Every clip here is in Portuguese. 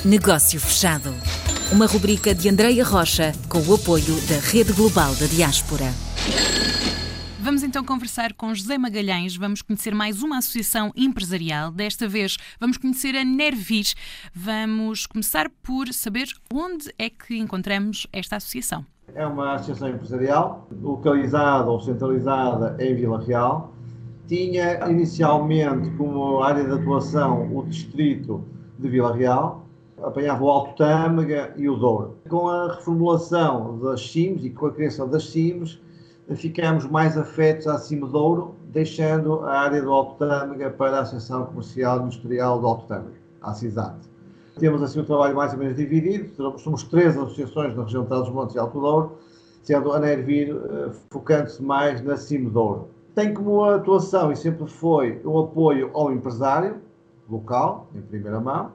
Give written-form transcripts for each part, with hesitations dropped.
Negócio Fechado. Uma rubrica de Andreia Rocha com o apoio da Rede Global da Diaspora. Vamos então conversar com José Magalhães, vamos conhecer mais uma associação empresarial. Desta vez vamos conhecer a Nervir. Vamos começar por saber onde é que encontramos esta associação. É uma associação empresarial localizada ou centralizada em Vila Real. Tinha inicialmente como área de atuação o distrito de Vila Real, apanhava o Alto Tâmega e o Douro. Com a reformulação das CIMs e com a criação das CIMs, ficamos mais afetos à CIM Douro, deixando a área do Alto Tâmega para a Associação Comercial e Industrial do Alto Tâmega, a ACISAT. Temos assim o trabalho mais ou menos dividido, somos 3 associações na região de Trás-os-Montes e Alto Douro, sendo a Nervir focando-se mais na CIM Douro. Tem como atuação, e sempre foi, o apoio ao empresário local, em primeira mão.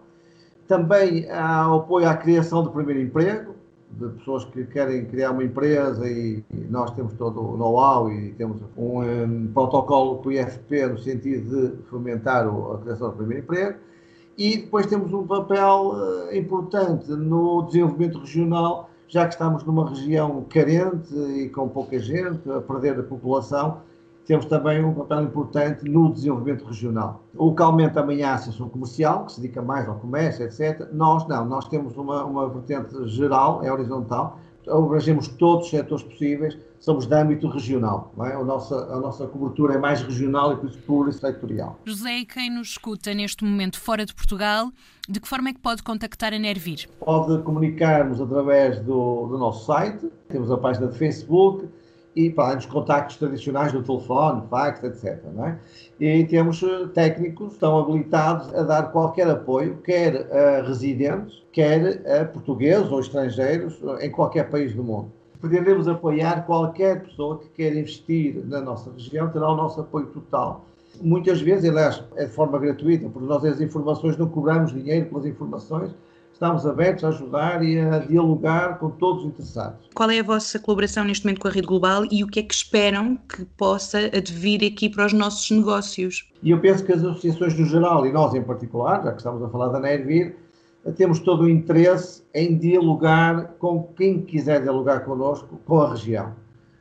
Também há apoio à criação do primeiro emprego, de pessoas que querem criar uma empresa e nós temos todo o know-how e temos um protocolo com o IFP no sentido de fomentar a criação do primeiro emprego. E depois temos um papel importante no desenvolvimento regional, já que estamos numa região carente e com pouca gente, a perder a população, temos também um papel importante no desenvolvimento regional. Localmente também há a Associação Comercial, que se dedica mais ao comércio, etc. Nós não, nós temos uma vertente geral, é horizontal, abrangemos todos os setores possíveis, somos de âmbito regional. Não é? A nossa cobertura é mais regional e por isso plurissectorial. José, quem nos escuta neste momento fora de Portugal, de que forma é que pode contactar a Nervir? Pode comunicar-nos através do nosso site, temos a página de Facebook, e para os contactos tradicionais do telefone, fax, etc. Não é? E temos técnicos que estão habilitados a dar qualquer apoio, quer a residentes, quer a portugueses ou estrangeiros, em qualquer país do mundo. Pretendemos apoiar qualquer pessoa que queira investir na nossa região, terá o nosso apoio total. Muitas vezes, aliás, é de forma gratuita, porque nós as informações não cobramos dinheiro pelas informações, estamos abertos a ajudar e a dialogar com todos os interessados. Qual é a vossa colaboração neste momento com a Rede Global e o que é que esperam que possa advir aqui para os nossos negócios? E eu penso que as associações no geral, e nós em particular, já que estamos a falar da Nervir, temos todo o interesse em dialogar com quem quiser dialogar connosco, com a região.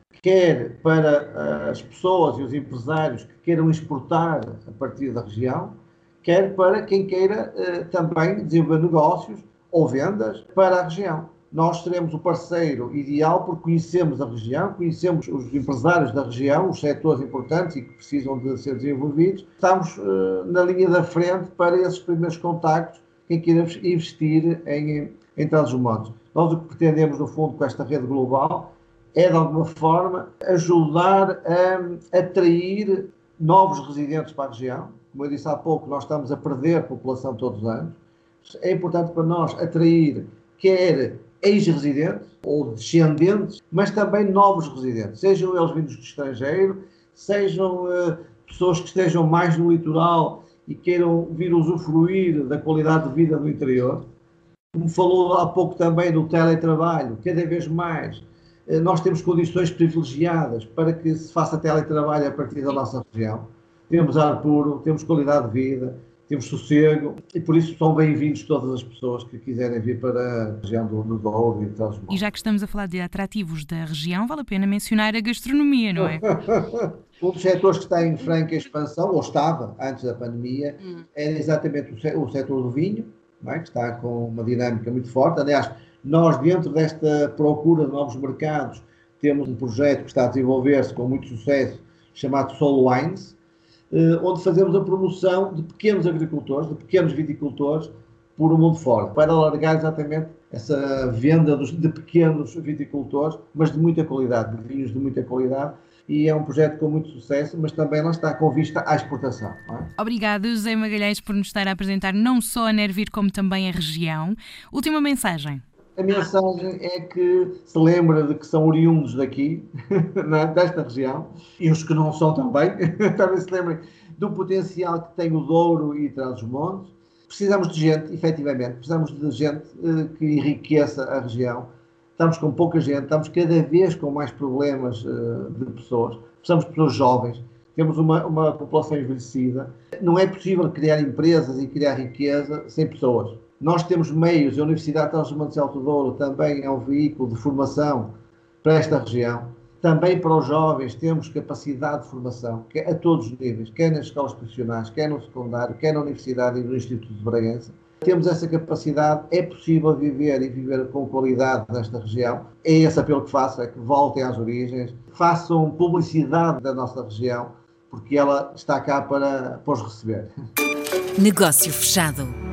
Quer para as pessoas e os empresários que queiram exportar a partir da região, quer para quem queira também desenvolver negócios ou vendas para a região. Nós seremos o parceiro ideal porque conhecemos a região, conhecemos os empresários da região, os setores importantes e que precisam de ser desenvolvidos. Estamos na linha da frente para esses primeiros contactos, quem queira investir em Trás-os-Montes. Nós o que pretendemos, no fundo, com esta rede global é, de alguma forma, ajudar a atrair novos residentes para a região. Como eu disse há pouco, nós estamos a perder população todos os anos. É importante para nós atrair quer ex-residentes ou descendentes, mas também novos residentes, sejam eles vindos do estrangeiro, sejam pessoas que estejam mais no litoral e queiram vir usufruir da qualidade de vida do interior. Como falou há pouco também do teletrabalho, cada vez mais nós temos condições privilegiadas para que se faça teletrabalho a partir da nossa região. Temos ar puro, temos qualidade de vida, temos sossego e por isso são bem-vindos todas as pessoas que quiserem vir para a região do Douro e de Trás-os-Montes. E já que estamos a falar de atrativos da região, vale a pena mencionar a gastronomia, não é? Um dos setores que está em franca expansão, ou estava antes da pandemia, era exatamente o setor do vinho, não é? Que está com uma dinâmica muito forte. Aliás, nós dentro desta procura de novos mercados temos um projeto que está a desenvolver-se com muito sucesso chamado Solo Wines, onde fazemos a promoção de pequenos agricultores, de pequenos viticultores, por o mundo fora, para alargar exatamente essa venda de pequenos viticultores, mas de muita qualidade, de vinhos de muita qualidade, e é um projeto com muito sucesso, mas também lá está com vista à exportação. Não é? Obrigado, José Magalhães, por nos estar a apresentar não só a Nervir, como também a região. Última mensagem. A mensagem é que se lembra de que são oriundos daqui, desta região, e os que não são também se lembrem do potencial que tem o Douro e Trás-os-Montes. Precisamos de gente, efetivamente, precisamos de gente que enriqueça a região. Estamos com pouca gente, estamos cada vez com mais problemas de pessoas. Precisamos de pessoas jovens, temos uma população envelhecida. Não é possível criar empresas e criar riqueza sem pessoas. Nós temos meios, a Universidade de Teles de Alto Douro também é um veículo de formação para esta região. Também para os jovens temos capacidade de formação, a todos os níveis, quer nas escolas profissionais, quer no secundário, quer na Universidade e no Instituto de Bragança. Temos essa capacidade, é possível viver e viver com qualidade nesta região. É esse apelo que faço, é que voltem às origens, façam publicidade da nossa região, porque ela está cá para os receber. Negócio fechado.